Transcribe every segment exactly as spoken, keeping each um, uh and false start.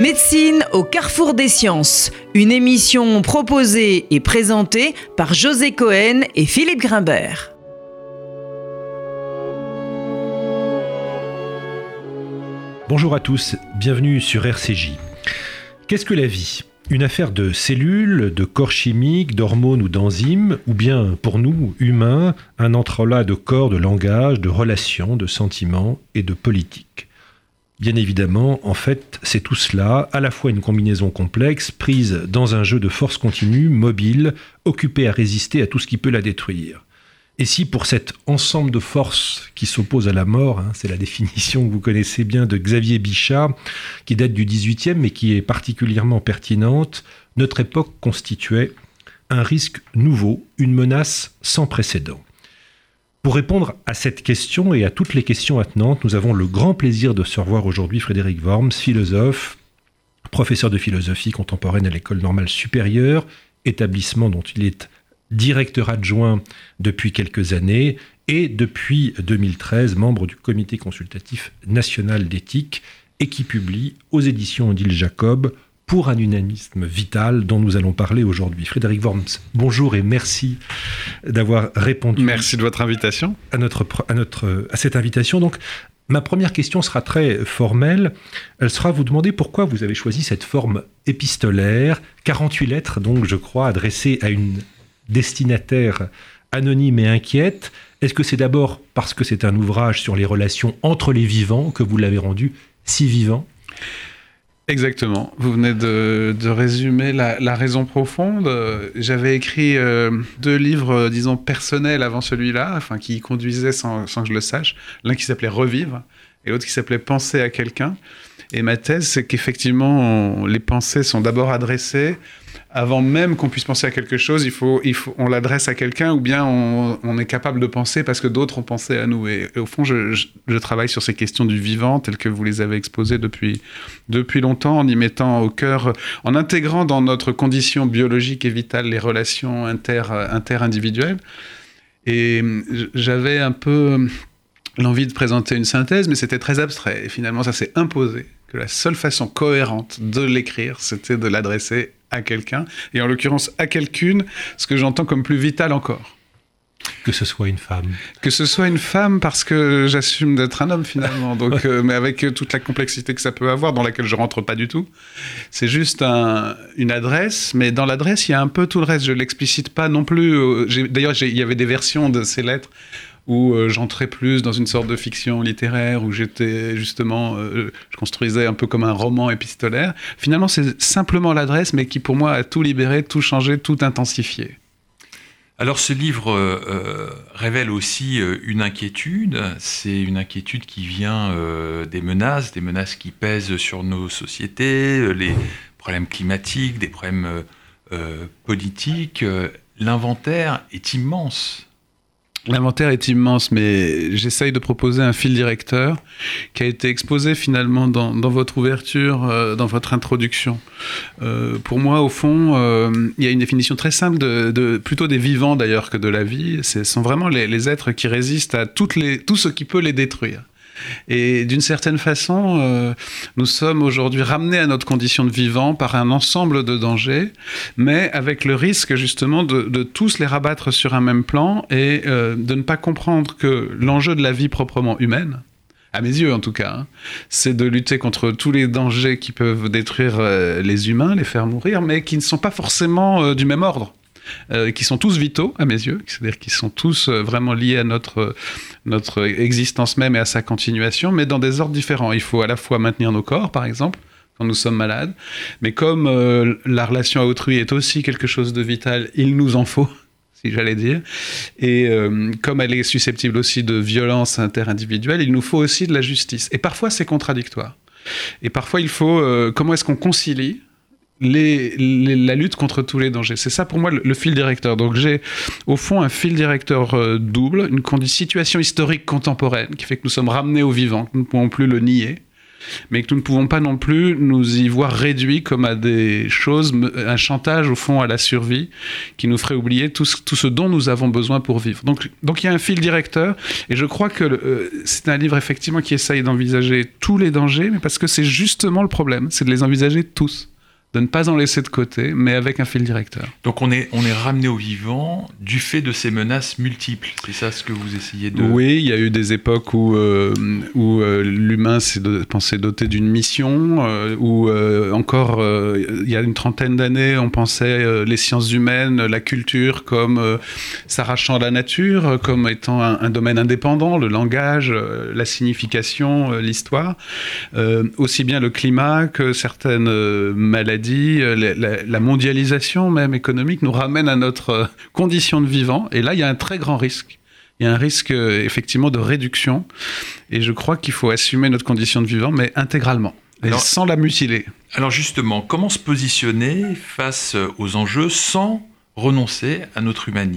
Médecine au carrefour des sciences, une émission proposée et présentée par José Cohen et Philippe Grimbert. Bonjour à tous, bienvenue sur R C J. Qu'est-ce que la vie ? Une affaire de cellules, de corps chimiques, d'hormones ou d'enzymes, ou bien, pour nous, humains, un entrelac de corps, de langage, de relations, de sentiments et de politique. Bien évidemment, en fait, c'est tout cela, à la fois une combinaison complexe, prise dans un jeu de force continue, mobile, occupée à résister à tout ce qui peut la détruire. Et si pour cet ensemble de forces qui s'opposent à la mort, hein, c'est la définition que vous connaissez bien de Xavier Bichat, qui date du dix-huitième mais qui est particulièrement pertinente, notre époque constituait un risque nouveau, une menace sans précédent. Pour répondre à cette question et à toutes les questions attenantes, nous avons le grand plaisir de se revoir aujourd'hui Frédéric Worms, philosophe, professeur de philosophie contemporaine à l'École normale supérieure, établissement dont il est directeur adjoint depuis quelques années et depuis deux mille treize membre du Comité consultatif national d'éthique et qui publie aux éditions Odile Jacob Pour un humanisme vital dont nous allons parler aujourd'hui. Frédéric Worms, bonjour et merci d'avoir répondu. Merci de votre invitation. À, notre, à, notre, à cette invitation. Donc, ma première question sera très formelle. Elle sera vous demander pourquoi vous avez choisi cette forme épistolaire, quarante-huit lettres, donc je crois, adressées à une destinataire anonyme et inquiète. Est-ce que c'est d'abord parce que c'est un ouvrage sur les relations entre les vivants que vous l'avez rendu si vivant ? Exactement. Vous venez de, de résumer la, la raison profonde. J'avais écrit euh, deux livres, euh, disons, personnels avant celui-là, enfin, qui y conduisaient sans, sans que je le sache. L'un qui s'appelait « Revivre » et l'autre qui s'appelait « Penser à quelqu'un ». Et ma thèse, c'est qu'effectivement, on, les pensées sont d'abord adressées. Avant même qu'on puisse penser à quelque chose, il faut, il faut, on l'adresse à quelqu'un ou bien on, on est capable de penser parce que d'autres ont pensé à nous. Et, et au fond, je, je, je travaille sur ces questions du vivant telles que vous les avez exposées depuis, depuis longtemps, en y mettant au cœur, en intégrant dans notre condition biologique et vitale les relations inter, inter-individuelles. Et j'avais un peu l'envie de présenter une synthèse, mais c'était très abstrait. Et finalement, ça s'est imposé que la seule façon cohérente de l'écrire, c'était de l'adresser à quelqu'un, et en l'occurrence à quelqu'une, ce que j'entends comme plus vital encore. Que ce soit une femme. Que ce soit une femme, parce que j'assume d'être un homme finalement, donc, euh, mais avec toute la complexité que ça peut avoir, dans laquelle je rentre pas du tout. C'est juste un, une adresse, mais dans l'adresse, il y a un peu tout le reste. Je l'explicite pas non plus. Euh, j'ai, d'ailleurs, j'ai, il y avait des versions de ces lettres où euh, j'entrais plus dans une sorte de fiction littéraire, où j'étais justement, euh, je construisais un peu comme un roman épistolaire. Finalement, c'est simplement l'adresse, mais qui pour moi a tout libéré, tout changé, tout intensifié. Alors ce livre euh, révèle aussi euh, une inquiétude, c'est une inquiétude qui vient euh, des menaces, des menaces qui pèsent sur nos sociétés, euh, les problèmes climatiques, des problèmes euh, euh, politiques. Euh, l'inventaire est immense. L'inventaire est immense, mais j'essaye de proposer un fil directeur qui a été exposé finalement dans, dans votre ouverture, euh, dans votre introduction. Euh, pour moi, au fond, euh, il y a une définition très simple, de, de, plutôt des vivants d'ailleurs que de la vie. Ce sont vraiment les, les êtres qui résistent à toutes les, tout ce qui peut les détruire. Et d'une certaine façon, euh, nous sommes aujourd'hui ramenés à notre condition de vivant par un ensemble de dangers, mais avec le risque justement de, de tous les rabattre sur un même plan et euh, de ne pas comprendre que l'enjeu de la vie proprement humaine, à mes yeux en tout cas, hein, c'est de lutter contre tous les dangers qui peuvent détruire euh, les humains, les faire mourir, mais qui ne sont pas forcément euh, du même ordre. Euh, qui sont tous vitaux à mes yeux, c'est-à-dire qu'ils sont tous euh, vraiment liés à notre, notre existence même et à sa continuation, mais dans des ordres différents. Il faut à la fois maintenir nos corps, par exemple, quand nous sommes malades, mais comme euh, la relation à autrui est aussi quelque chose de vital, il nous en faut, si j'allais dire, et euh, comme elle est susceptible aussi de violence inter-individuelle, il nous faut aussi de la justice. Et parfois, c'est contradictoire. Et parfois, il faut... Euh, comment est-ce qu'on concilie Les, les, la lutte contre tous les dangers. C'est ça pour moi le, le fil directeur. Donc j'ai au fond un fil directeur euh, double, une condi- situation historique contemporaine qui fait que nous sommes ramenés au vivant, que nous ne pouvons plus le nier, mais que nous ne pouvons pas non plus nous y voir réduits comme à des choses, un chantage au fond à la survie, qui nous ferait oublier tout ce, tout ce dont nous avons besoin pour vivre. Donc, donc il y a un fil directeur, et je crois que euh, c'est un livre effectivement qui essaye d'envisager tous les dangers, mais parce que c'est justement le problème, c'est de les envisager tous, de ne pas en laisser de côté, mais avec un fil directeur. Donc on est, on est ramené au vivant du fait de ces menaces multiples. C'est ça ce que vous essayez de... Oui, il y a eu des époques où, euh, où euh, l'humain s'est do- pensé doté d'une mission, euh, où euh, encore, euh, il y a une trentaine d'années, on pensait euh, les sciences humaines, la culture comme euh, s'arrachant à la nature, comme étant un, un domaine indépendant, le langage, euh, la signification, euh, l'histoire. Euh, aussi bien le climat que certaines euh, maladies. Dit, la, la, la mondialisation même économique nous ramène à notre condition de vivant, et là il y a un très grand risque. Il y a un risque effectivement de réduction, et je crois qu'il faut assumer notre condition de vivant, mais intégralement, et alors, sans la mutiler. Alors justement, comment se positionner face aux enjeux sans renoncer à notre humanisme ?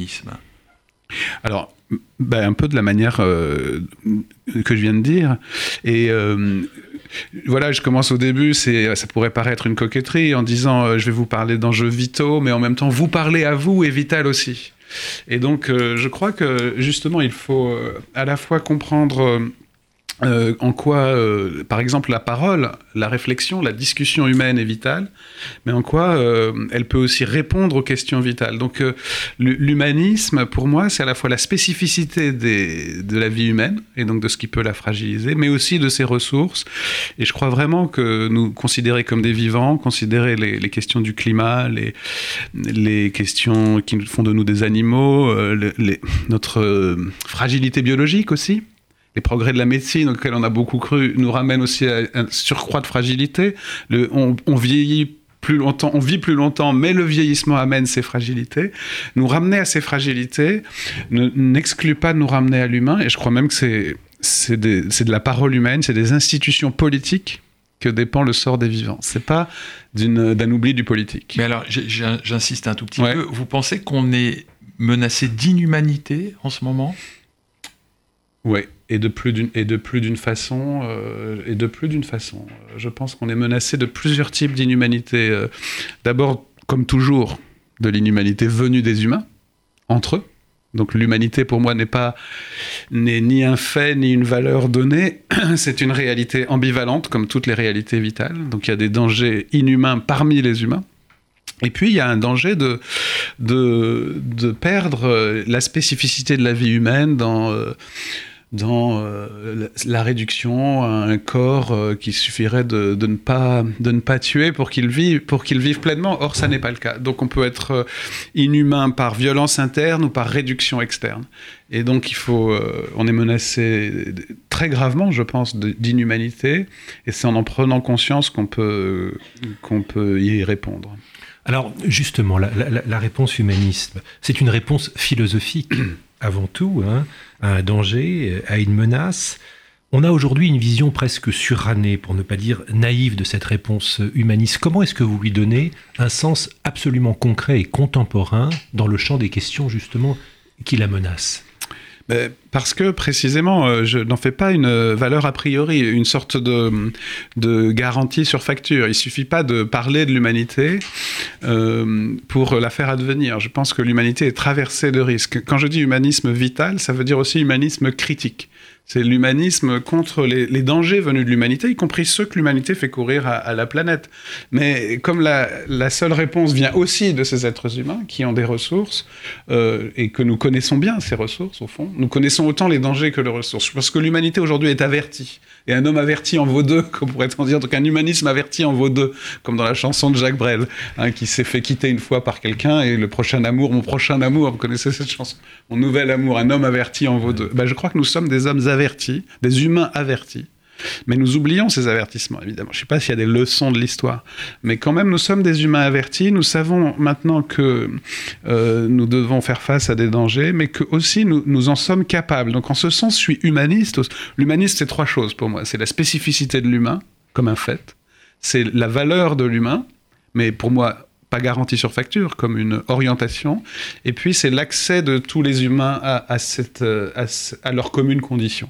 Alors, ben, un peu de la manière euh, que je viens de dire, et euh, voilà, je commence au début, c'est, ça pourrait paraître une coquetterie en disant euh, je vais vous parler d'enjeux vitaux, mais en même temps vous parler à vous est vital aussi. Et donc euh, je crois que justement il faut euh, à la fois comprendre euh, Euh, en quoi, euh, par exemple, la parole, la réflexion, la discussion humaine est vitale, mais en quoi euh, elle peut aussi répondre aux questions vitales. Donc, euh, l'humanisme, pour moi, c'est à la fois la spécificité des, de la vie humaine, et donc de ce qui peut la fragiliser, mais aussi de ses ressources. Et je crois vraiment que nous considérer comme des vivants, considérer les, les questions du climat, les, les questions qui font de nous des animaux, euh, les, les, notre euh, fragilité biologique aussi, les progrès de la médecine auxquels on a beaucoup cru nous ramènent aussi à un surcroît de fragilité. Le, on, on vieillit plus longtemps, on vit plus longtemps, mais le vieillissement amène ces fragilités. Nous ramener à ces fragilités ne, n'exclut pas de nous ramener à l'humain, et je crois même que c'est, c'est, des, c'est de la parole humaine, c'est des institutions politiques que dépend le sort des vivants. C'est pas d'une, d'un oubli du politique. Mais alors, j'insiste un tout petit ouais. peu. Vous pensez qu'on est menacé d'inhumanité en ce moment ? Oui, et de plus d'une, et de plus d'une façon, euh, et de plus d'une façon. Je pense qu'on est menacé de plusieurs types d'inhumanité. Euh, d'abord, comme toujours, de l'inhumanité venue des humains, entre eux. Donc l'humanité, pour moi, n'est pas, n'est ni un fait, ni une valeur donnée. C'est une réalité ambivalente, comme toutes les réalités vitales. Donc il y a des dangers inhumains parmi les humains. Et puis, il y a un danger de, de, de perdre la spécificité de la vie humaine dans... Euh, dans euh, la réduction à un corps euh, qui suffirait de, de, ne pas, de ne pas tuer pour qu'il vive, pour qu'il vive pleinement. Or, ça n'est pas le cas. Donc, on peut être euh, inhumain par violence interne ou par réduction externe. Et donc, il faut, euh, on est menacé très gravement, je pense, de, d'inhumanité. Et c'est en en prenant conscience qu'on peut, qu'on peut y répondre. Alors, justement, la, la, la réponse humaniste, c'est une réponse philosophique. Avant tout, hein, à un danger, à une menace. On a aujourd'hui une vision presque surannée, pour ne pas dire naïve, de cette réponse humaniste. Comment est-ce que vous lui donnez un sens absolument concret et contemporain dans le champ des questions, justement, qui la menacent ? Mais parce que, précisément, je n'en fais pas une valeur a priori, une sorte de, de garantie sur facture. Il ne suffit pas de parler de l'humanité euh, pour la faire advenir. Je pense que l'humanité est traversée de risques. Quand je dis humanisme vital, ça veut dire aussi humanisme critique. C'est l'humanisme contre les, les dangers venus de l'humanité, y compris ceux que l'humanité fait courir à, à la planète. Mais comme la, la seule réponse vient aussi de ces êtres humains qui ont des ressources, euh, et que nous connaissons bien ces ressources, au fond, nous connaissons autant les dangers que les ressources. Parce que l'humanité aujourd'hui est avertie. Et un homme averti en vaut deux, comme pourrait-on dire. Donc un humanisme averti en vaut deux, comme dans la chanson de Jacques Brel, hein, qui s'est fait quitter une fois par quelqu'un, et le prochain amour, mon prochain amour, vous connaissez cette chanson, mon nouvel amour, un homme averti en vaut deux. Ben, je crois que nous sommes des hommes avertis, des humains avertis. Mais nous oublions ces avertissements, évidemment. Je ne sais pas s'il y a des leçons de l'histoire, mais quand même, nous sommes des humains avertis. Nous savons maintenant que euh, nous devons faire face à des dangers, mais que aussi nous, nous en sommes capables. Donc, en ce sens, je suis humaniste. L'humanisme, c'est trois choses pour moi. C'est la spécificité de l'humain, comme un fait. C'est la valeur de l'humain, mais pour moi, pas garantie sur facture, comme une orientation. Et puis, c'est l'accès de tous les humains à, à, cette, à, à leurs communes conditions.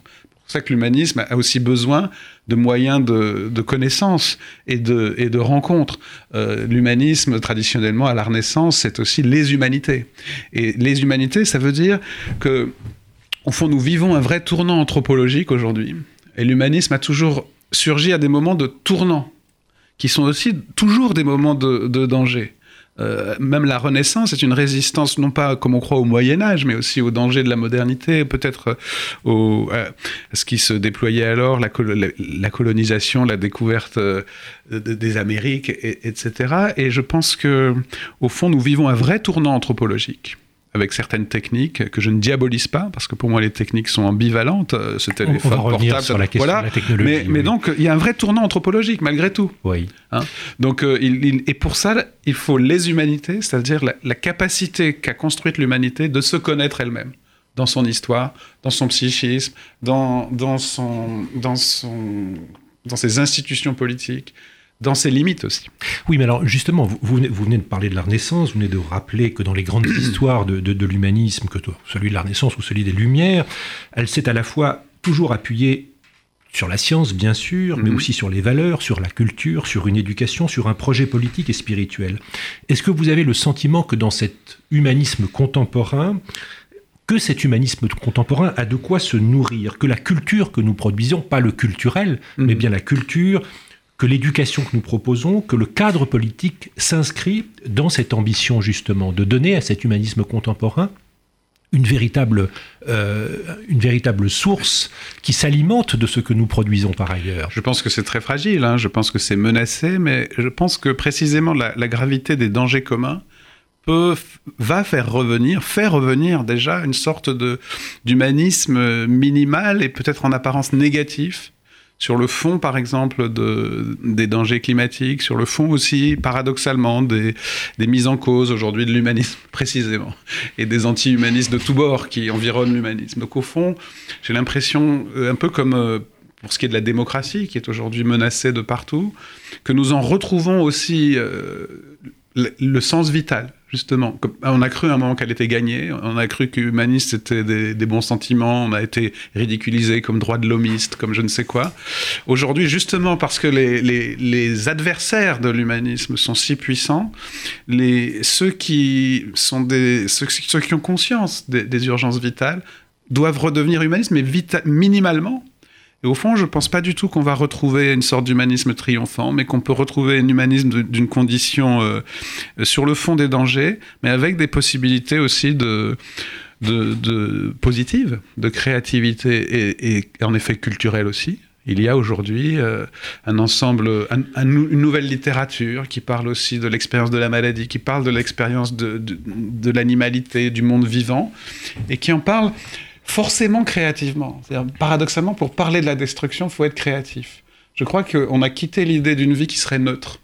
pour ça que l'humanisme a aussi besoin de moyens de, de connaissance et de, et de rencontres. Euh, l'humanisme, traditionnellement, à la Renaissance, c'est aussi les humanités. Et les humanités, ça veut dire que, au fond, nous vivons un vrai tournant anthropologique aujourd'hui. Et l'humanisme a toujours surgi à des moments de tournant, qui sont aussi toujours des moments de, de danger. Euh, même la Renaissance est une résistance, non pas comme on croit au Moyen-Âge, mais aussi au danger de la modernité, peut-être au, à ce qui se déployait alors, la, colo- la, la colonisation, la découverte euh, de, des Amériques, et, etc. Et je pense que, au fond, nous vivons un vrai tournant anthropologique, avec certaines techniques que je ne diabolise pas, parce que pour moi les techniques sont ambivalentes, ce téléphone on va revenir portable, sur la question voilà. de la technologie. Mais, oui. mais donc il y a un vrai tournant anthropologique malgré tout. Oui. Hein, donc euh, il, il, et pour ça il faut les humanités, c'est-à-dire la, la capacité qu'a construite l'humanité de se connaître elle-même, dans son histoire, dans son psychisme, dans, dans, son, dans, son, dans ses institutions politiques, dans ses limites aussi. Oui, mais alors justement, vous, vous, venez, vous venez de parler de la Renaissance, vous venez de rappeler que dans les grandes histoires de, de, de l'humanisme, que celui de la Renaissance ou celui des Lumières, elle s'est à la fois toujours appuyée sur la science, bien sûr, mais mmh. aussi sur les valeurs, sur la culture, sur une éducation, sur un projet politique et spirituel. Est-ce que vous avez le sentiment que dans cet humanisme contemporain, que cet humanisme contemporain a de quoi se nourrir, que la culture que nous produisons, pas le culturel, mmh. mais bien la culture, que l'éducation que nous proposons, que le cadre politique s'inscrit dans cette ambition justement de donner à cet humanisme contemporain une véritable, euh, une véritable source qui s'alimente de ce que nous produisons par ailleurs. Je pense que c'est très fragile, hein. Je pense que c'est menacé, mais je pense que précisément la, la gravité des dangers communs peut, va faire revenir, faire revenir déjà une sorte de, d'humanisme minimal et peut-être en apparence négatif, sur le fond, par exemple, de, des dangers climatiques, sur le fond aussi, paradoxalement, des, des mises en cause aujourd'hui de l'humanisme, précisément, et des anti-humanistes de tous bords qui environnent l'humanisme. Donc au fond, j'ai l'impression, un peu comme euh, pour ce qui est de la démocratie, qui est aujourd'hui menacée de partout, que nous en retrouvons aussi euh, le, le sens vital. Justement, on a cru à un moment qu'elle était gagnée, on a cru qu'humaniste c'était des, des bons sentiments, on a été ridiculisé comme droit de l'homiste, comme je ne sais quoi. Aujourd'hui, justement parce que les, les, les adversaires de l'humanisme sont si puissants, les, ceux, qui sont des, ceux, ceux qui ont conscience des, des urgences vitales doivent redevenir humanistes, mais vita, minimalement. Et au fond, je ne pense pas du tout qu'on va retrouver une sorte d'humanisme triomphant, mais qu'on peut retrouver un humanisme d'une condition euh, sur le fond des dangers, mais avec des possibilités aussi de, de, de positives, de créativité et, et en effet culturelle aussi. Il y a aujourd'hui euh, un ensemble, un, un, une nouvelle littérature qui parle aussi de l'expérience de la maladie, qui parle de l'expérience de, de, de l'animalité, du monde vivant, et qui en parle forcément créativement. C'est-à-dire, paradoxalement, pour parler de la destruction, il faut être créatif. Je crois qu'on a quitté l'idée d'une vie qui serait neutre,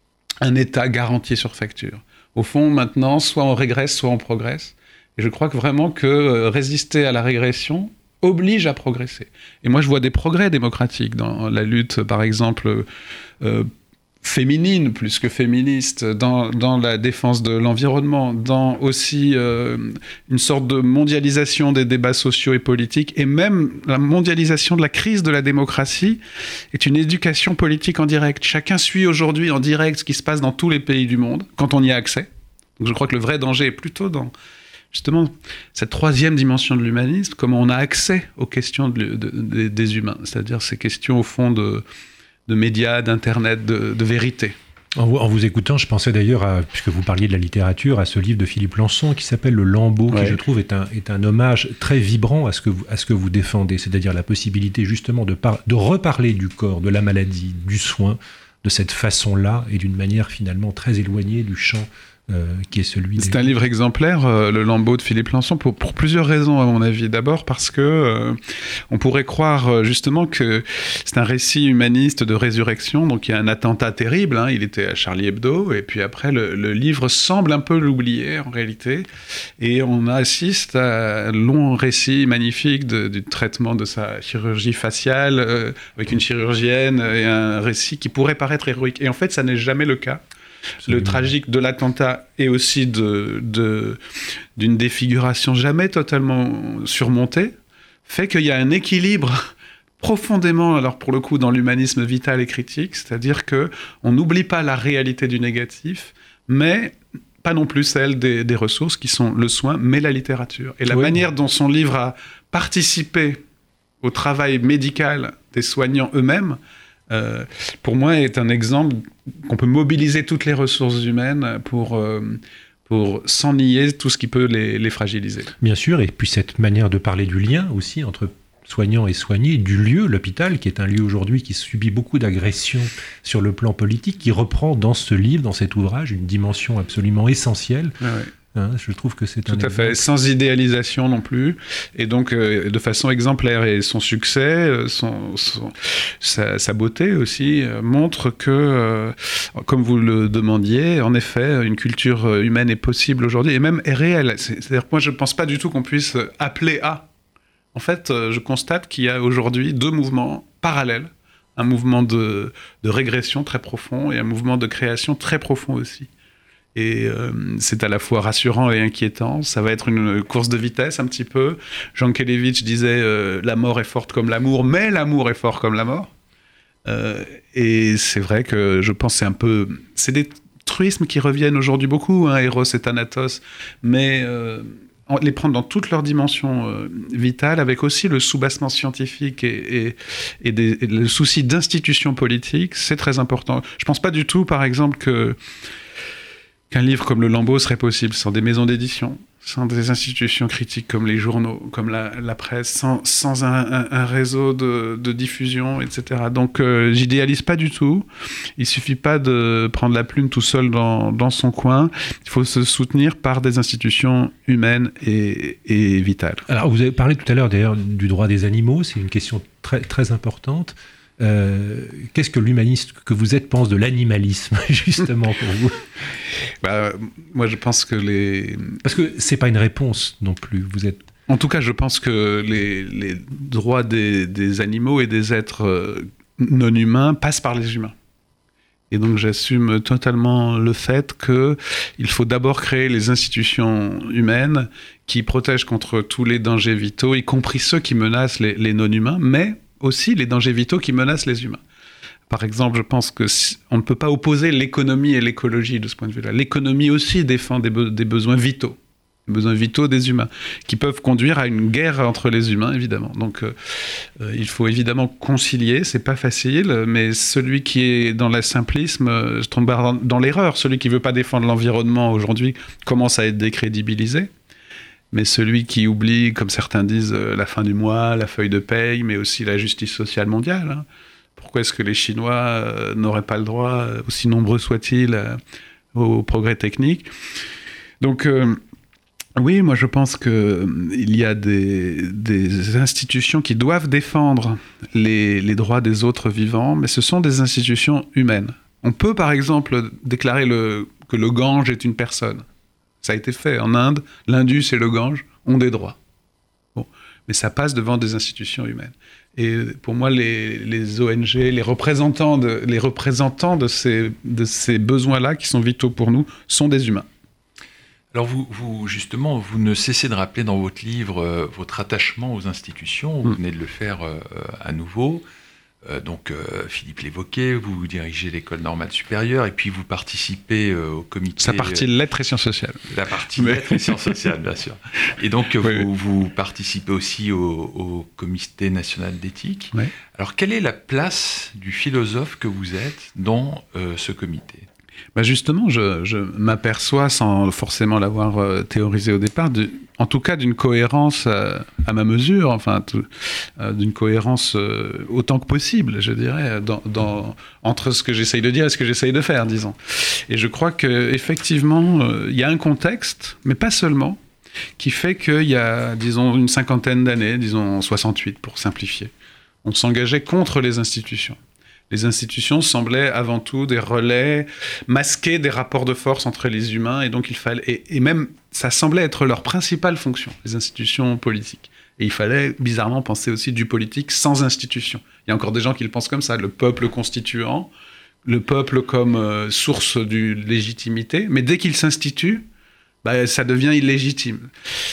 un état garanti sur facture. Au fond, maintenant, soit on régresse, soit on progresse. Et je crois que vraiment que euh, résister à la régression oblige à progresser. Et moi, je vois des progrès démocratiques dans la lutte, par exemple, euh, féminine plus que féministe, dans, dans la défense de l'environnement, dans aussi euh, une sorte de mondialisation des débats sociaux et politiques, et même la mondialisation de la crise de la démocratie est une éducation politique en direct. Chacun suit aujourd'hui en direct ce qui se passe dans tous les pays du monde, quand on y a accès. Donc je crois que le vrai danger est plutôt dans justement cette troisième dimension de l'humanisme, comment on a accès aux questions de, de, de, des humains, c'est-à-dire ces questions au fond de de médias, d'internet, de, de vérité. En vous, en vous écoutant, je pensais d'ailleurs, à, puisque vous parliez de la littérature, à ce livre de Philippe Lançon qui s'appelle Le Lambeau, ouais. qui je trouve est un, est un hommage très vibrant à ce que vous, à ce que vous défendez, c'est-à-dire la possibilité justement de, par, de reparler du corps, de la maladie, du soin, de cette façon-là et d'une manière finalement très éloignée du champ Euh, qui est celui C'est des... un livre exemplaire, euh, Le Lambeau de Philippe Lançon, pour, pour plusieurs raisons à mon avis. D'abord parce que euh, on pourrait croire euh, justement que c'est un récit humaniste de résurrection, donc il y a un attentat terrible, hein, il était à Charlie Hebdo, et puis après le, le livre semble un peu l'oublier en réalité, et on assiste à un long récit magnifique de, du traitement de sa chirurgie faciale, euh, avec une chirurgienne, et un récit qui pourrait paraître héroïque. Et en fait, ça n'est jamais le cas. Absolument. Le tragique de l'attentat et aussi de, de, d'une défiguration jamais totalement surmontée fait qu'il y a un équilibre profondément, alors pour le coup, dans l'humanisme vital et critique, c'est-à-dire qu'on n'oublie pas la réalité du négatif, mais pas non plus celle des, des ressources qui sont le soin, mais la littérature. Et la oui. manière dont son livre a participé au travail médical des soignants eux-mêmes, euh, pour moi, est un exemple qu'on peut mobiliser toutes les ressources humaines pour... Euh, pour sans nier tout ce qui peut les, les fragiliser. Bien sûr, et puis cette manière de parler du lien aussi entre soignants et soignés, du lieu, l'hôpital, qui est un lieu aujourd'hui qui subit beaucoup d'agressions sur le plan politique, qui reprend dans ce livre, dans cet ouvrage, une dimension absolument essentielle. Ah ouais. Hein, je trouve que c'est tout un à fait, sans idéalisation non plus, et donc euh, de façon exemplaire. Et son succès, son, son, sa, sa beauté aussi, euh, montre que, euh, comme vous le demandiez, en effet, une culture humaine est possible aujourd'hui, et même est réelle. C'est, c'est-à-dire que moi, je ne pense pas du tout qu'on puisse appeler à. En fait, euh, je constate qu'il y a aujourd'hui deux mouvements parallèles, un mouvement de, de régression très profond et un mouvement de création très profond aussi. Et euh, c'est à la fois rassurant et inquiétant. Ça va être une course de vitesse un petit peu. Jean Kelevitch disait euh, « la mort est forte comme l'amour, mais l'amour est fort comme la mort euh, ». Et c'est vrai que je pense que c'est un peu... C'est des truismes qui reviennent aujourd'hui beaucoup, hein, Eros et Thanatos, mais euh, les prendre dans toutes leurs dimensions euh, vitales, avec aussi le soubassement scientifique et, et, et, des, et le souci d'institution politique, c'est très important. Je ne pense pas du tout, par exemple, que... qu'un livre comme Le Lambeau serait possible sans des maisons d'édition, sans des institutions critiques comme les journaux, comme la, la presse, sans, sans un, un, un réseau de, de diffusion, et cetera. Donc, euh, j'idéalise pas du tout. Il suffit pas de prendre la plume tout seul dans, dans son coin. Il faut se soutenir par des institutions humaines et, et vitales. Alors, vous avez parlé tout à l'heure, d'ailleurs, du droit des animaux. C'est une question très, très importante. Euh, qu'est-ce que l'humaniste que vous êtes pense de l'animalisme, justement, pour vous ? Bah, moi, je pense que les... Parce que c'est pas une réponse non plus. Vous êtes... En tout cas, je pense que les, les droits des, des animaux et des êtres non humains passent par les humains. Et donc, j'assume totalement le fait qu'il faut d'abord créer les institutions humaines qui protègent contre tous les dangers vitaux, y compris ceux qui menacent les, les non-humains, mais aussi les dangers vitaux qui menacent les humains. Par exemple, je pense qu'on si, ne peut pas opposer l'économie et l'écologie de ce point de vue-là. L'économie aussi défend des, be- des besoins vitaux, des besoins vitaux des humains, qui peuvent conduire à une guerre entre les humains, évidemment. Donc, euh, euh, il faut évidemment concilier, c'est pas facile, mais celui qui est dans le simplisme euh, tombe dans, dans l'erreur. Celui qui veut pas défendre l'environnement aujourd'hui commence à être décrédibilisé. Mais celui qui oublie, comme certains disent, la fin du mois, la feuille de paye, mais aussi la justice sociale mondiale. Hein. Pourquoi est-ce que les Chinois euh, n'auraient pas le droit, aussi nombreux soient-ils, euh, au progrès technique ? Donc, euh, oui, moi je pense qu'il euh, y a des, des institutions qui doivent défendre les, les droits des autres vivants, mais ce sont des institutions humaines. On peut, par exemple, déclarer le, que le Gange est une personne. Ça a été fait en Inde, l'Indus et le Gange ont des droits. Bon. Mais ça passe devant des institutions humaines. Et pour moi, les, les O N G, les représentants de, les représentants de ces, de ces besoins-là qui sont vitaux pour nous sont des humains. Alors vous, vous justement, vous ne cessez de rappeler dans votre livre euh, votre attachement aux institutions. Vous mmh. venez de le faire euh, à nouveau. Euh, donc, euh, Philippe l'évoquait, vous dirigez l'école normale supérieure et puis vous participez euh, au comité... Sa partie euh, lettres et sciences sociales. La partie Mais... lettres et sciences sociales, bien sûr. Et donc, oui, vous, oui. vous participez aussi au, au comité national d'éthique. Oui. Alors, quelle est la place du philosophe que vous êtes dans euh, ce comité ? Bah justement, je, je m'aperçois, sans forcément l'avoir euh, théorisé au départ, de, en tout cas d'une cohérence euh, à ma mesure, enfin, tout, euh, d'une cohérence euh, autant que possible, je dirais, dans, dans, entre ce que j'essaye de dire et ce que j'essaye de faire, disons. Et je crois qu'effectivement, il euh, y a un contexte, mais pas seulement, qui fait qu'il y a, disons, une cinquantaine d'années, disons soixante-huit pour simplifier, on s'engageait contre les institutions. Les institutions semblaient avant tout des relais masqués des rapports de force entre les humains, et donc il fallait, et, et même ça semblait être leur principale fonction, les institutions politiques. Et il fallait bizarrement penser aussi du politique sans institutions. Il y a encore des gens qui le pensent comme ça, le peuple constituant, le peuple comme euh, source de légitimité, mais dès qu'il s'institue, bah, ça devient illégitime.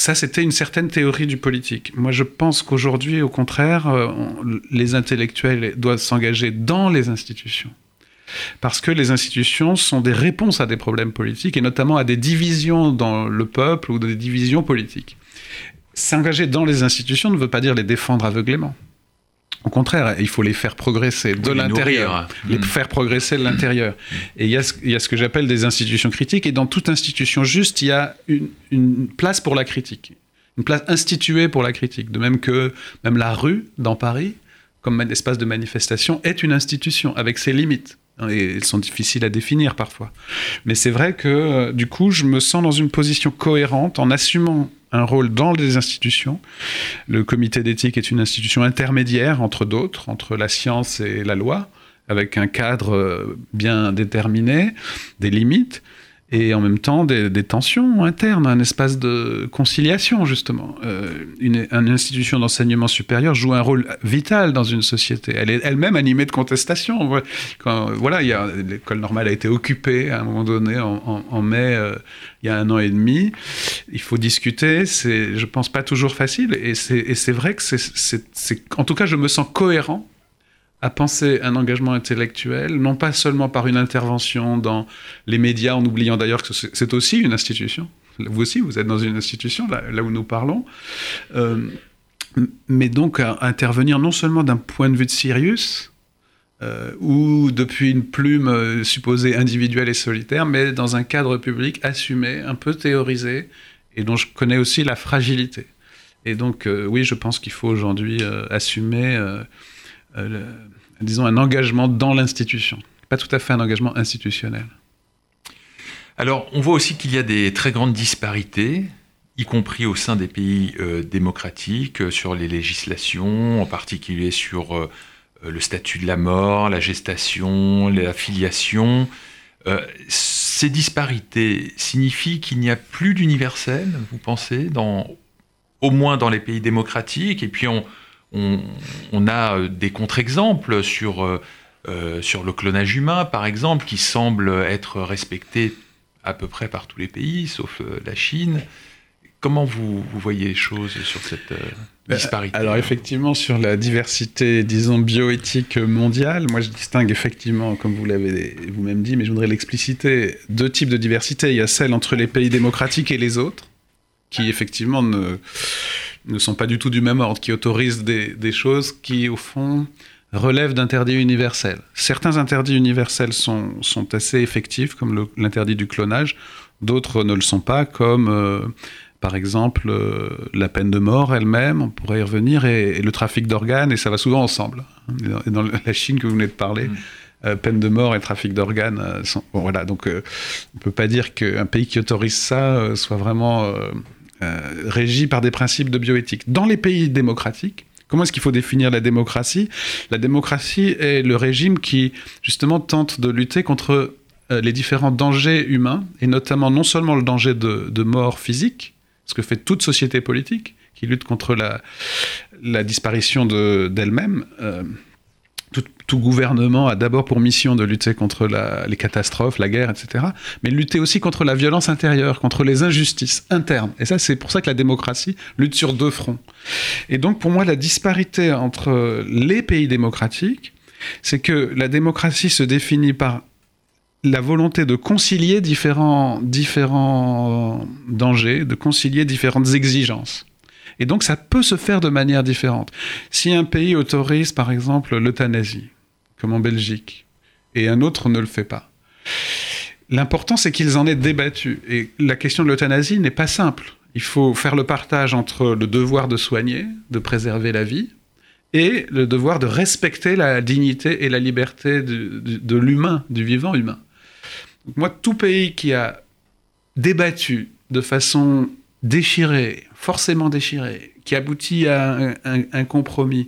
ça, c'était une certaine théorie du politique. Moi, je pense qu'aujourd'hui, au contraire, on, les intellectuels doivent s'engager dans les institutions. Parce que les institutions sont des réponses à des problèmes politiques, et notamment à des divisions dans le peuple ou des divisions politiques. S'engager dans les institutions ne veut pas dire les défendre aveuglément. Au contraire, il faut les faire progresser de les l'intérieur, nourrir. les mmh. faire progresser de l'intérieur. Et il y a ce, il y a ce que j'appelle des institutions critiques, et dans toute institution juste, il y a une, une place pour la critique, une place instituée pour la critique, de même que même la rue dans Paris, comme un espace de manifestation, est une institution avec ses limites. Et elles sont difficiles à définir parfois. Mais c'est vrai que, du coup, je me sens dans une position cohérente en assumant un rôle dans les institutions. Le comité d'éthique est une institution intermédiaire entre d'autres, entre la science et la loi, avec un cadre bien déterminé, des limites, et en même temps des, des tensions internes, un espace de conciliation, justement. Euh, une, une institution d'enseignement supérieur joue un rôle vital dans une société. Elle est elle-même animée de contestation. Quand, voilà, il y a, l'école normale a été occupée à un moment donné, en, en, en mai, euh, il y a un an et demi. Il faut discuter, c'est, je pense, pas toujours facile, et c'est, et c'est vrai que c'est, c'est, c'est... En tout cas, je me sens cohérent à penser un engagement intellectuel, non pas seulement par une intervention dans les médias, en oubliant d'ailleurs que c'est aussi une institution. Vous aussi, vous êtes dans une institution, là, là où nous parlons. Euh, mais donc, à intervenir non seulement d'un point de vue de Sirius, euh, ou depuis une plume euh, supposée individuelle et solitaire, mais dans un cadre public assumé, un peu théorisé, et dont je connais aussi la fragilité. Et donc, euh, oui, je pense qu'il faut aujourd'hui euh, assumer... Euh, Euh, le, disons, un engagement dans l'institution. Pas tout à fait un engagement institutionnel. Alors, on voit aussi qu'il y a des très grandes disparités, y compris au sein des pays euh, démocratiques, euh, sur les législations, en particulier sur euh, le statut de la mort, la gestation, la filiation. Euh, ces disparités signifient qu'il n'y a plus d'universel, vous pensez, dans, au moins dans les pays démocratiques, et puis on... On, on a des contre-exemples sur, euh, sur le clonage humain, par exemple, qui semble être respecté à peu près par tous les pays, sauf euh, la Chine. Comment vous, vous voyez les choses sur cette euh, disparité ? Alors effectivement, sur la diversité, disons, bioéthique mondiale, moi je distingue effectivement, comme vous l'avez vous-même dit, mais je voudrais l'expliciter, deux types de diversité. Il y a celle entre les pays démocratiques et les autres, qui effectivement ne... ne sont pas du tout du même ordre, qui autorisent des, des choses qui, au fond, relèvent d'interdits universels. Certains interdits universels sont, sont assez effectifs, comme le, l'interdit du clonage. D'autres ne le sont pas, comme, euh, par exemple, euh, la peine de mort elle-même, on pourrait y revenir, et, et le trafic d'organes, et ça va souvent ensemble. Et dans, et dans la Chine que vous venez de parler, mmh. euh, peine de mort et trafic d'organes euh, sont... Bon, voilà, donc euh, on ne peut pas dire qu'un pays qui autorise ça euh, soit vraiment... Euh, Euh, régi par des principes de bioéthique. Dans les pays démocratiques, comment est-ce qu'il faut définir la démocratie ? La démocratie est le régime qui, justement, tente de lutter contre euh, les différents dangers humains, et notamment non seulement le danger de, de mort physique, ce que fait toute société politique, qui lutte contre la, la disparition de, d'elle-même. Euh, Tout, tout gouvernement a d'abord pour mission de lutter contre la, les catastrophes, la guerre, et cetera, mais lutter aussi contre la violence intérieure, contre les injustices internes. Et ça, c'est pour ça que la démocratie lutte sur deux fronts. Et donc, pour moi, la disparité entre les pays démocratiques, c'est que la démocratie se définit par la volonté de concilier différents, différents dangers, de concilier différentes exigences. Et donc, ça peut se faire de manière différente. Si un pays autorise, par exemple, l'euthanasie, comme en Belgique, et un autre ne le fait pas, l'important, c'est qu'ils en aient débattu. Et la question de l'euthanasie n'est pas simple. Il faut faire le partage entre le devoir de soigner, de préserver la vie, et le devoir de respecter la dignité et la liberté de, de, de l'humain, du vivant humain. Donc moi, tout pays qui a débattu de façon déchirée, forcément déchirée, qui aboutit à un, un, un compromis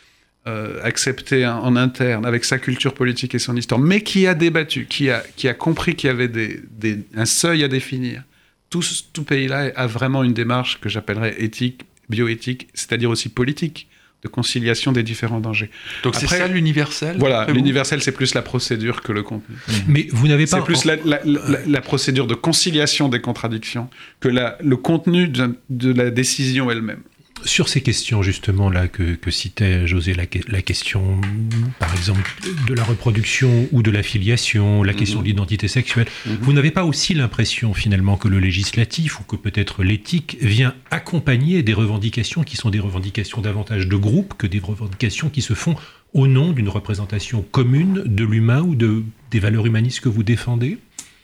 euh, accepté en, en interne avec sa culture politique et son histoire, mais qui a débattu, qui a, qui a compris qu'il y avait des, des, un seuil à définir, tout, tout pays-là a vraiment une démarche que j'appellerais éthique, bioéthique, c'est-à-dire aussi politique, de conciliation des différents dangers. Donc Après, c'est ça l'universel? Voilà, l'universel c'est plus la procédure que le contenu. Mais vous n'avez pas... C'est plus la, la, la, la procédure de conciliation des contradictions que la, le contenu de, de la décision elle-même. Sur ces questions justement là que, que citait José, la, la question par exemple de la reproduction ou de la filiation, la question mmh. de l'identité sexuelle, mmh. vous n'avez pas aussi l'impression finalement que le législatif ou que peut-être l'éthique vient accompagner des revendications qui sont des revendications davantage de groupe que des revendications qui se font au nom d'une représentation commune de l'humain ou de, des valeurs humanistes que vous défendez?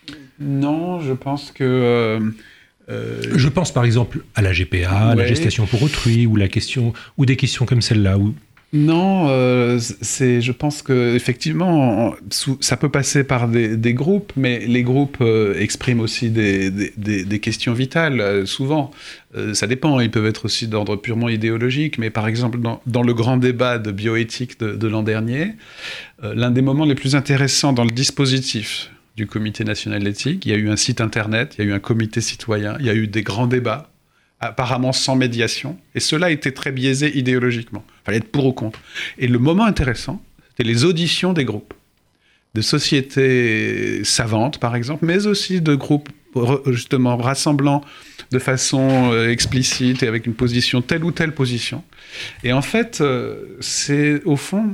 Non, je pense que... Euh... Euh... Je pense par exemple à la G P A, ouais. la gestation pour autrui, ou la question, ou des questions comme celle-là. Où... Non, euh, c'est, je pense que effectivement, ça peut passer par des, des groupes, mais les groupes euh, expriment aussi des, des, des questions vitales. Euh, souvent, euh, ça dépend. Ils peuvent être aussi d'ordre purement idéologique, mais par exemple dans, dans le grand débat de bioéthique de, de l'an dernier, euh, l'un des moments les plus intéressants dans le dispositif du Comité national d'éthique, il y a eu un site internet, il y a eu un comité citoyen, il y a eu des grands débats, apparemment sans médiation, et cela était très biaisé idéologiquement. Il fallait être pour ou contre. Et le moment intéressant, c'était les auditions des groupes, de sociétés savantes par exemple, mais aussi de groupes justement rassemblant de façon explicite et avec une position, telle ou telle position. Et en fait, c'est au fond...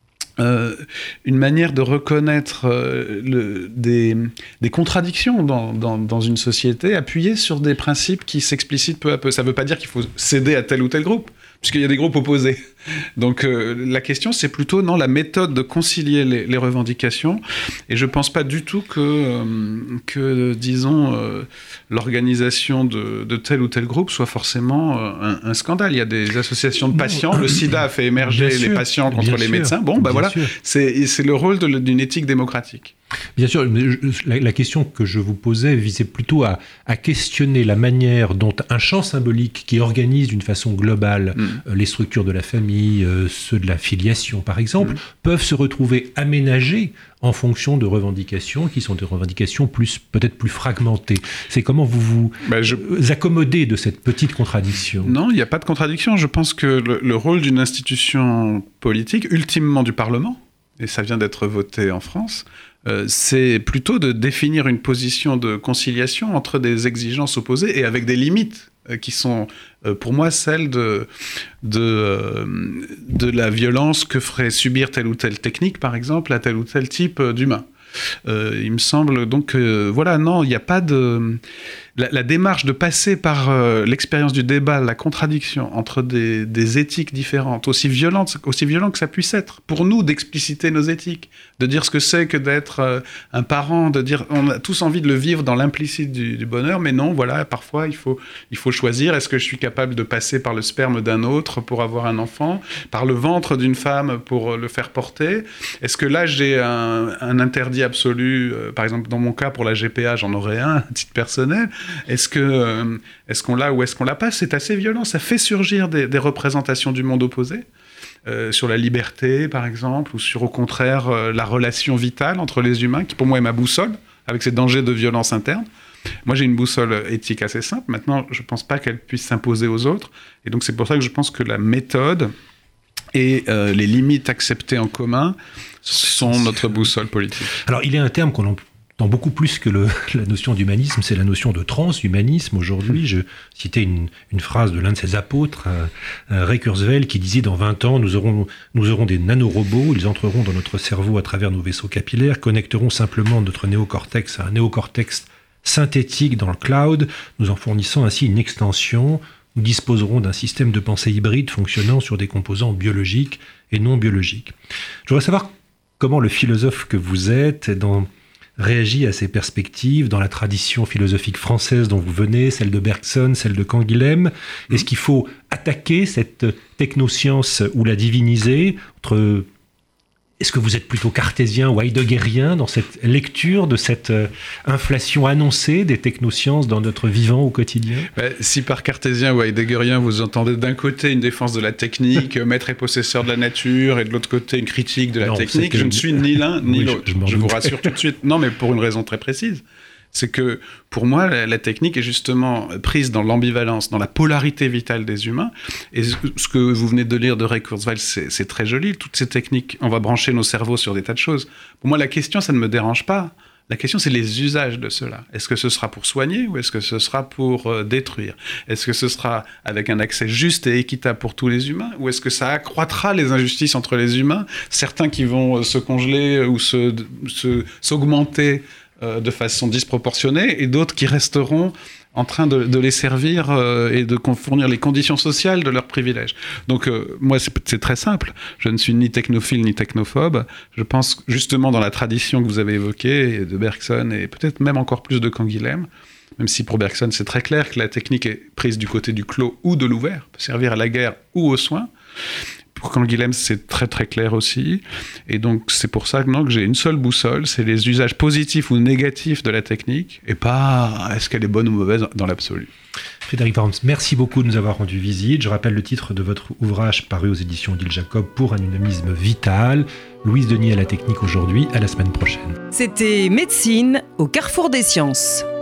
Euh, une manière de reconnaître euh, le, des, des contradictions dans, dans, dans une société appuyée sur des principes qui s'explicitent peu à peu. Ça ne veut pas dire qu'il faut céder à tel ou tel groupe, puisqu'il y a des groupes opposés. Donc euh, la question, c'est plutôt non, la méthode de concilier les, les revendications. Et je ne pense pas du tout que, euh, que disons, euh, l'organisation de, de tel ou tel groupe soit forcément euh, un, un scandale. Il y a des associations de patients. Le sida a fait émerger bien les sûr, patients contre les sûr, médecins. Bon, ben voilà, c'est, c'est le rôle de, d'une éthique démocratique. Bien sûr, la, la question que je vous posais visait plutôt à, à questionner la manière dont un champ symbolique qui organise d'une façon globale mmh. euh, les structures de la famille, euh, ceux de la filiation par exemple, mmh. peuvent se retrouver aménagés en fonction de revendications qui sont des revendications plus, peut-être plus fragmentées. C'est comment vous vous ben je... accommodez de cette petite contradiction? Non, il n'y a pas de contradiction. Je pense que le, le rôle d'une institution politique, ultimement du Parlement, et ça vient d'être voté en France, Euh, c'est plutôt de définir une position de conciliation entre des exigences opposées et avec des limites euh, qui sont, euh, pour moi, celles de, de, euh, de la violence que ferait subir telle ou telle technique, par exemple, à tel ou tel type d'humain. Euh, il me semble donc que, euh, voilà, non, il n'y a pas de... La, la démarche de passer par euh, l'expérience du débat, la contradiction entre des, des éthiques différentes, aussi violentes, aussi violent que ça puisse être, pour nous d'expliciter nos éthiques, de dire ce que c'est que d'être euh, un parent, de dire, on a tous envie de le vivre dans l'implicite du, du bonheur, mais non, voilà, parfois il faut, il faut choisir, est-ce que je suis capable de passer par le sperme d'un autre pour avoir un enfant, par le ventre d'une femme pour le faire porter, est-ce que là j'ai un, un interdit absolu, euh, par exemple dans mon cas pour la G P A j'en aurais un, à titre personnel. Est-ce, que, euh, est-ce qu'on l'a ou est-ce qu'on l'a pas? C'est assez violent, ça fait surgir des, des représentations du monde opposé, euh, sur la liberté par exemple, ou sur au contraire euh, la relation vitale entre les humains, qui pour moi est ma boussole, avec ces dangers de violence interne. Moi j'ai une boussole éthique assez simple, maintenant je ne pense pas qu'elle puisse s'imposer aux autres, et donc c'est pour ça que je pense que la méthode et euh, les limites acceptées en commun sont notre boussole politique. Alors il y a un terme qu'on emploie dans beaucoup plus que le, la notion d'humanisme, c'est la notion de transhumanisme. Aujourd'hui, je citais une, une phrase de l'un de ses apôtres, euh, Ray Kurzweil, qui disait « Dans vingt ans, nous aurons, nous aurons des nanorobots, ils entreront dans notre cerveau à travers nos vaisseaux capillaires, connecteront simplement notre néocortex à un néocortex synthétique dans le cloud, nous en fournissant ainsi une extension. Nous disposerons d'un système de pensée hybride fonctionnant sur des composants biologiques et non biologiques. » Je voudrais savoir comment le philosophe que vous êtes, dans réagit à ces perspectives dans la tradition philosophique française dont vous venez, celle de Bergson, celle de Canguilhem. Mmh. Est-ce qu'il faut attaquer cette technoscience ou la diviniser entre... Est-ce que vous êtes plutôt cartésien ou heideggerien dans cette lecture de cette euh, inflation annoncée des technosciences dans notre vivant au quotidien? Ben, si par cartésien ou heideggerien vous entendez d'un côté une défense de la technique, maître et possesseur de la nature, et de l'autre côté une critique de la non, technique, je ne suis ni l'un ni oui, l'autre. Je, je, je vous rassure tout de suite. Non, mais pour une raison très précise. C'est que, pour moi, la, la technique est justement prise dans l'ambivalence, dans la polarité vitale des humains. Et ce que vous venez de lire de Ray Kurzweil, c'est, c'est très joli. Toutes ces techniques, on va brancher nos cerveaux sur des tas de choses. Pour moi, la question, ça ne me dérange pas. La question, c'est les usages de cela. Est-ce que ce sera pour soigner ou est-ce que ce sera pour euh, détruire ? Est-ce que ce sera avec un accès juste et équitable pour tous les humains ou est-ce que ça accroîtra les injustices entre les humains ? Certains qui vont euh, se congeler ou se, se, s'augmenter euh, de façon disproportionnée et d'autres qui resteront en train de, de les servir euh, et de fournir les conditions sociales de leurs privilèges. Donc euh, moi, c'est, c'est très simple. Je ne suis ni technophile ni technophobe. Je pense justement dans la tradition que vous avez évoquée de Bergson et peut-être même encore plus de Canguilhem, même si pour Bergson, c'est très clair que la technique est prise du côté du clos ou de l'ouvert, peut servir à la guerre ou aux soins. Pour Canguilhem, c'est très très clair aussi. Et donc, c'est pour ça que, non, que j'ai une seule boussole, c'est les usages positifs ou négatifs de la technique, et pas est-ce qu'elle est bonne ou mauvaise dans l'absolu. Frédéric Worms, merci beaucoup de nous avoir rendu visite. Je rappelle le titre de votre ouvrage paru aux éditions Odile Jacob, Pour un humanisme vital. Louise Denis à la technique aujourd'hui, à la semaine prochaine. C'était Médecine au carrefour des sciences.